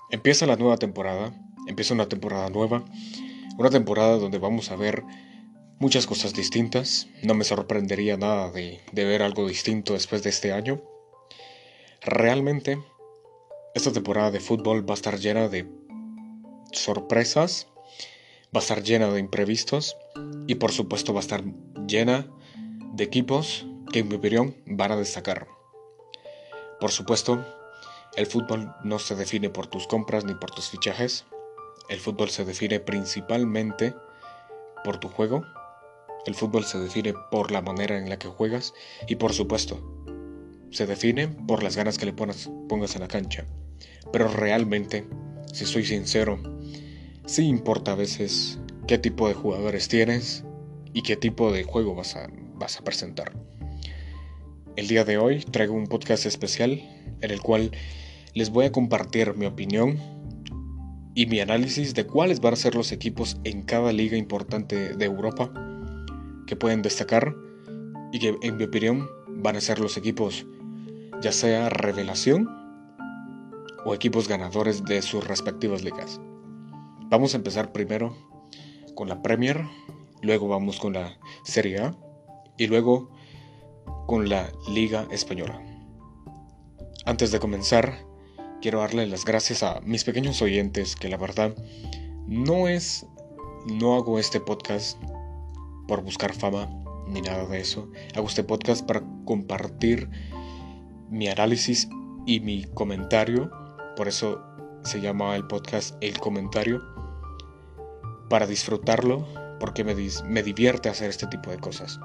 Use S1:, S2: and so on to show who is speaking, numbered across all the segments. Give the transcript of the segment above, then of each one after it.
S1: Empieza la nueva temporada, empieza una temporada nueva, una temporada donde vamos a ver muchas cosas distintas. No me sorprendería nada de ver algo distinto después de este año. Realmente, esta temporada de fútbol va a estar llena de sorpresas, va a estar llena de imprevistos y por supuesto va a estar llena de equipos que en mi opinión van a destacar. Por supuesto, el fútbol no se define por tus compras ni por tus fichajes. El fútbol se define principalmente por tu juego. El fútbol se define por la manera en la que juegas y por supuesto se define por las ganas que le pongas en la cancha. Pero realmente, si soy sincero, sí importa a veces qué tipo de jugadores tienes y qué tipo de juego vas a presentar. El día de hoy traigo un podcast especial en el cual les voy a compartir mi opinión y mi análisis de cuáles van a ser los equipos en cada liga importante de Europa que pueden destacar y que en mi opinión van a ser los equipos ya sea revelación o equipos ganadores de sus respectivas ligas. Vamos a empezar primero con la Premier, luego vamos con la Serie A y luego con la Liga Española. Antes de comenzar, quiero darle las gracias a mis pequeños oyentes, que la verdad no hago este podcast por buscar fama ni nada de eso. Hago este podcast para compartir mi análisis y mi comentario. Por eso se llama el podcast El Comentario, para disfrutarlo, porque me divierte hacer este tipo de cosas.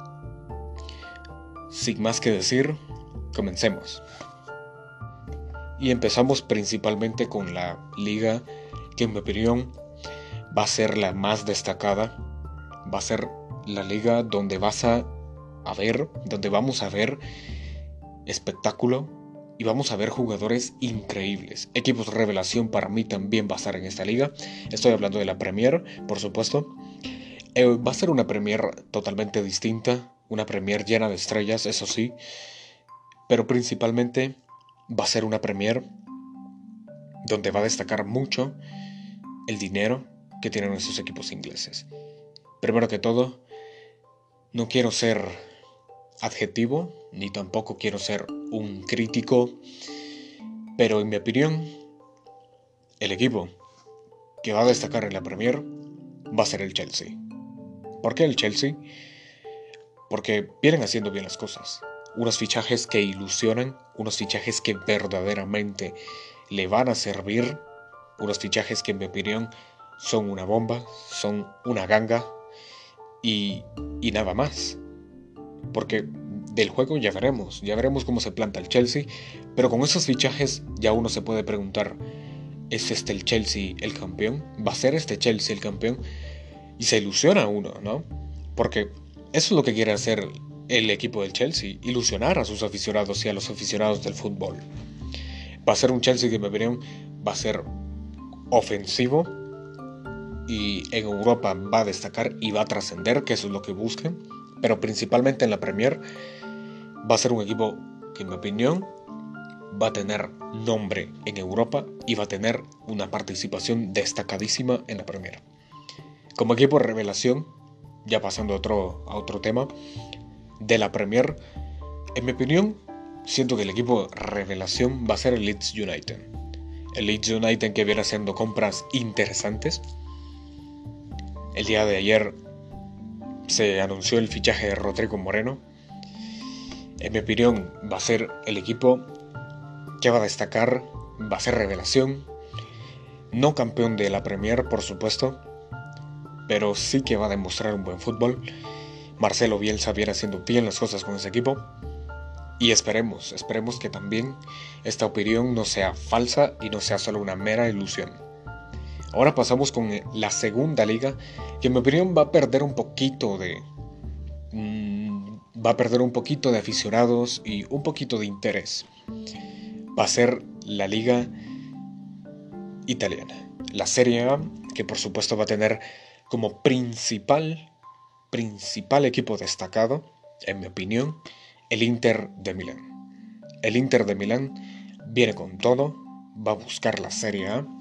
S1: Sin más que decir, comencemos. Y empezamos principalmente con la liga que en mi opinión va a ser la más destacada. Va a ser la liga donde donde vamos a ver espectáculo y vamos a ver jugadores increíbles. Equipos revelación para mí también va a estar en esta liga. Estoy hablando de la Premier, por supuesto. Va a ser una Premier totalmente distinta, una Premier llena de estrellas, eso sí, pero principalmente va a ser una Premier donde va a destacar mucho el dinero que tienen esos equipos ingleses. Primero que todo, no quiero ser adjetivo, ni tampoco quiero ser un crítico, pero en mi opinión, el equipo que va a destacar en la Premier va a ser el Chelsea. ¿Por qué el Chelsea? Porque vienen haciendo bien las cosas. Unos fichajes que ilusionan, unos fichajes que verdaderamente le van a servir, unos fichajes que en mi opinión son una bomba, son una ganga y nada más. Porque del juego ya veremos cómo se planta el Chelsea, pero con esos fichajes ya uno se puede preguntar, ¿es este el Chelsea el campeón? ¿Va a ser este Chelsea el campeón? Y se ilusiona uno, ¿no? Porque eso es lo que quiere hacer el equipo del Chelsea, ilusionar a sus aficionados y a los aficionados del fútbol. Va a ser un Chelsea que en mi opinión va a ser ofensivo y en Europa va a destacar y va a trascender, que eso es lo que buscan, pero principalmente en la Premier va a ser un equipo que en mi opinión va a tener nombre en Europa y va a tener una participación destacadísima en la Premier. Como equipo de revelación, ya pasando a otro tema, de la Premier, en mi opinión, siento que el equipo de revelación va a ser el Leeds United. El Leeds United que viene haciendo compras interesantes. El día de ayer se anunció el fichaje de Rodrigo Moreno. En mi opinión, va a ser el equipo que va a destacar, va a ser revelación. No campeón de la Premier, por supuesto, pero sí que va a demostrar un buen fútbol. Marcelo Bielsa viene haciendo bien las cosas con ese equipo. Y esperemos que también esta opinión no sea falsa y no sea solo una mera ilusión. Ahora pasamos con la segunda liga, que en mi opinión va a perder un poquito de aficionados y un poquito de interés. Va a ser la liga italiana, la Serie A, que por supuesto va a tener como principal equipo destacado, en mi opinión, el Inter de Milán. El Inter de Milán viene con todo, va a buscar la Serie A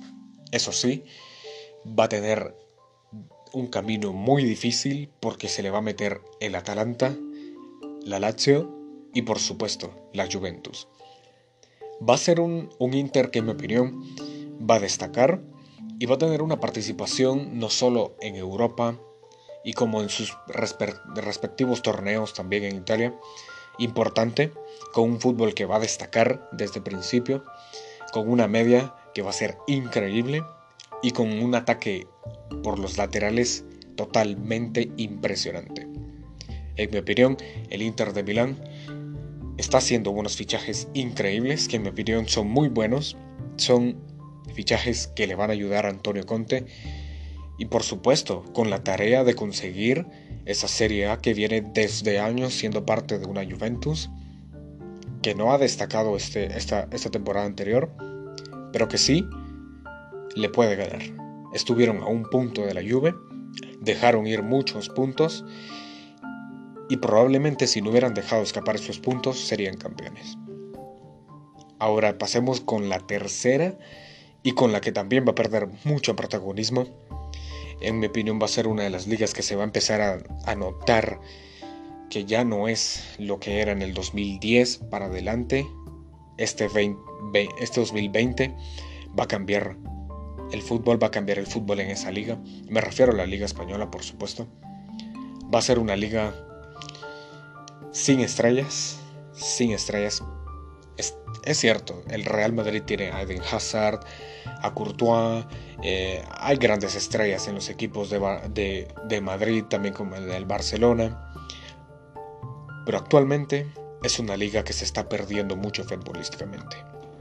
S1: Eso sí, va a tener un camino muy difícil porque se le va a meter el Atalanta, la Lazio y por supuesto la Juventus. Va a ser un Inter que en mi opinión va a destacar y va a tener una participación no solo en Europa y como en sus respectivos torneos también en Italia, importante, con un fútbol que va a destacar desde el principio, con una media que va a ser increíble y con un ataque por los laterales totalmente impresionante. En mi opinión, el Inter de Milán está haciendo unos fichajes increíbles que en mi opinión son muy buenos. Son fichajes que le van a ayudar a Antonio Conte y por supuesto con la tarea de conseguir esa Serie A que viene desde años siendo parte de una Juventus que no ha destacado esta temporada anterior, pero que sí le puede ganar. Estuvieron a un punto de la Juve, dejaron ir muchos puntos y probablemente si no hubieran dejado escapar esos puntos serían campeones. Ahora pasemos con la tercera y con la que también va a perder mucho protagonismo. En mi opinión va a ser una de las ligas que se va a empezar a notar que ya no es lo que era en el 2010 para adelante. Este 2020 va a cambiar el fútbol, va a cambiar el fútbol en esa liga. Me refiero a la Liga Española, por supuesto. Va a ser una liga sin estrellas, sin estrellas. Es cierto, el Real Madrid tiene a Eden Hazard, a Courtois, hay grandes estrellas en los equipos de Madrid, también como el del Barcelona, pero actualmente es una liga que se está perdiendo mucho futbolísticamente.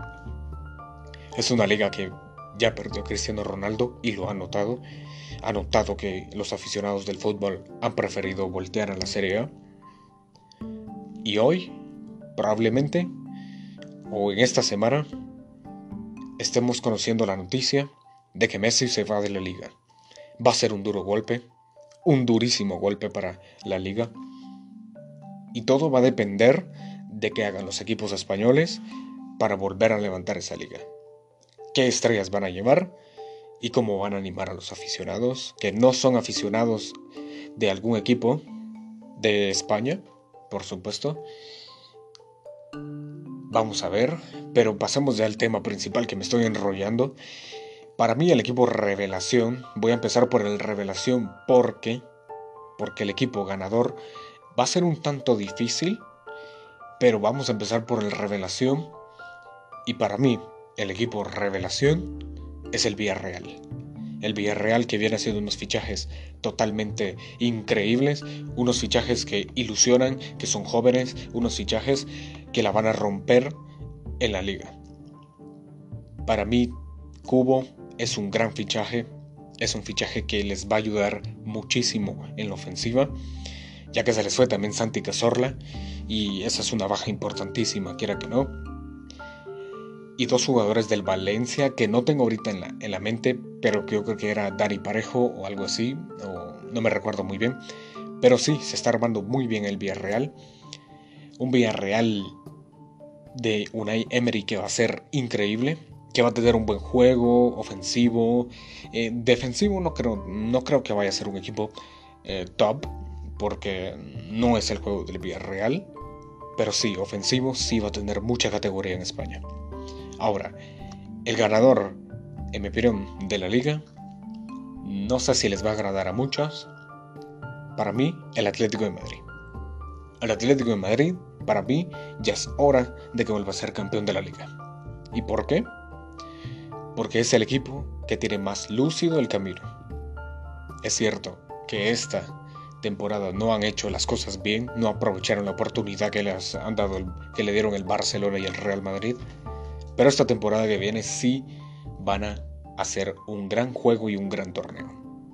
S1: Es una liga que ya perdió Cristiano Ronaldo y lo ha notado. Ha notado que los aficionados del fútbol han preferido voltear a la Serie A. Y hoy, probablemente, o en esta semana, estemos conociendo la noticia de que Messi se va de la liga. Va a ser un duro golpe, un durísimo golpe para la liga. Y todo va a depender de qué hagan los equipos españoles para volver a levantar esa liga. Qué estrellas van a llevar y cómo van a animar a los aficionados, que no son aficionados de algún equipo de España, por supuesto. Vamos a ver, pero pasemos ya al tema principal que me estoy enrollando. Para mí el equipo revelación, voy a empezar por el revelación porque el equipo ganador va a ser un tanto difícil, pero vamos a empezar por el revelación y para mí el equipo revelación es el Villarreal. El Villarreal que viene haciendo unos fichajes totalmente increíbles, unos fichajes que ilusionan, que son jóvenes, unos fichajes que la van a romper en la liga. Para mí, Kubo es un gran fichaje, es un fichaje que les va a ayudar muchísimo en la ofensiva, ya que se les fue también Santi Cazorla y esa es una baja importantísima, quiera que no. Y dos jugadores del Valencia que no tengo ahorita en la mente, pero que yo creo que era Dani Parejo o algo así, o no me recuerdo muy bien. Pero sí, se está armando muy bien el Villarreal. Un Villarreal de Unai Emery que va a ser increíble, que va a tener un buen juego, ofensivo, defensivo no creo que vaya a ser un equipo top, porque no es el juego del Villarreal, pero sí, ofensivo sí va a tener mucha categoría en España. Ahora, el ganador, en mi opinión, de la liga, no sé si les va a agradar a muchos. Para mí, el Atlético de Madrid. El Atlético de Madrid, para mí, ya es hora de que vuelva a ser campeón de la liga. ¿Y por qué? Porque es el equipo que tiene más lúcido el camino. Es cierto que esta temporada no han hecho las cosas bien, no aprovecharon la oportunidad que les han dado, que le dieron el Barcelona y el Real Madrid. Pero esta temporada que viene sí van a hacer un gran juego y un gran torneo.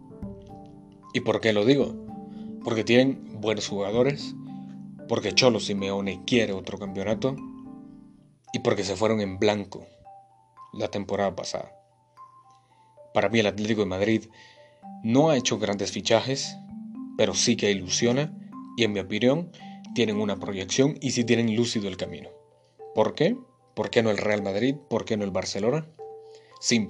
S1: ¿Y por qué lo digo? Porque tienen buenos jugadores, porque Cholo Simeone quiere otro campeonato y porque se fueron en blanco la temporada pasada. Para mí el Atlético de Madrid no ha hecho grandes fichajes, pero sí que ilusiona y en mi opinión tienen una proyección y sí tienen lúcido el camino. ¿Por qué? ¿Por qué no el Real Madrid? ¿Por qué no el Barcelona? Simple,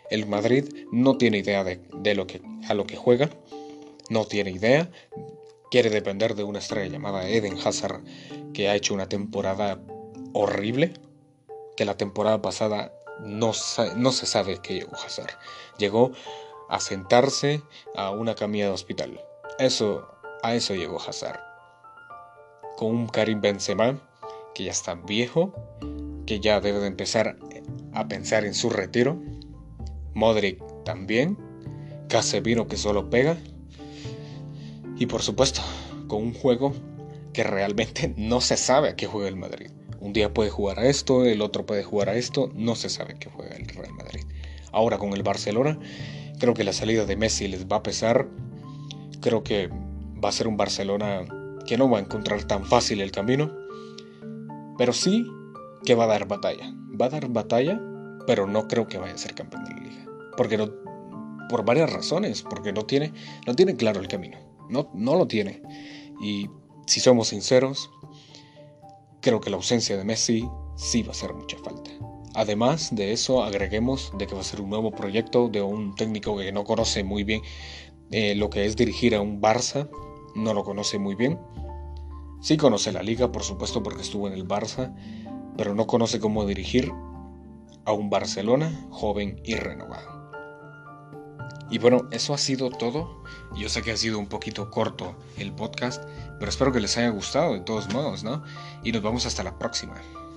S1: El Madrid no tiene idea de a lo que juega, no tiene idea, quiere depender de una estrella llamada Eden Hazard, que ha hecho una temporada horrible, que la temporada pasada no se sabe qué llegó Hazard. Llegó a sentarse a una camilla de hospital. A eso llegó Hazard. Con un Karim Benzema que ya está viejo, que ya debe de empezar a pensar en su retiro. Modric también. Casemiro que solo pega. Y por supuesto, con un juego que realmente no se sabe a qué juega el Madrid. Un día puede jugar a esto, el otro puede jugar a esto, no se sabe a qué juega el Real Madrid. Ahora con el Barcelona, creo que la salida de Messi les va a pesar. Creo que va a ser un Barcelona que no va a encontrar tan fácil el camino, pero sí que va a dar batalla. Va a dar batalla, pero no creo que vaya a ser campeón de la liga. Por varias razones, porque no tiene claro el camino. No lo tiene. Y si somos sinceros, creo que la ausencia de Messi sí va a hacer mucha falta. Además de eso, agreguemos de que va a ser un nuevo proyecto de un técnico que no conoce muy bien lo que es dirigir a un Barça. No lo conoce muy bien. Sí conoce la liga, por supuesto, porque estuvo en el Barça, pero no conoce cómo dirigir a un Barcelona joven y renovado. Y bueno, eso ha sido todo. Yo sé que ha sido un poquito corto el podcast, pero espero que les haya gustado de todos modos, ¿no? Y nos vemos hasta la próxima.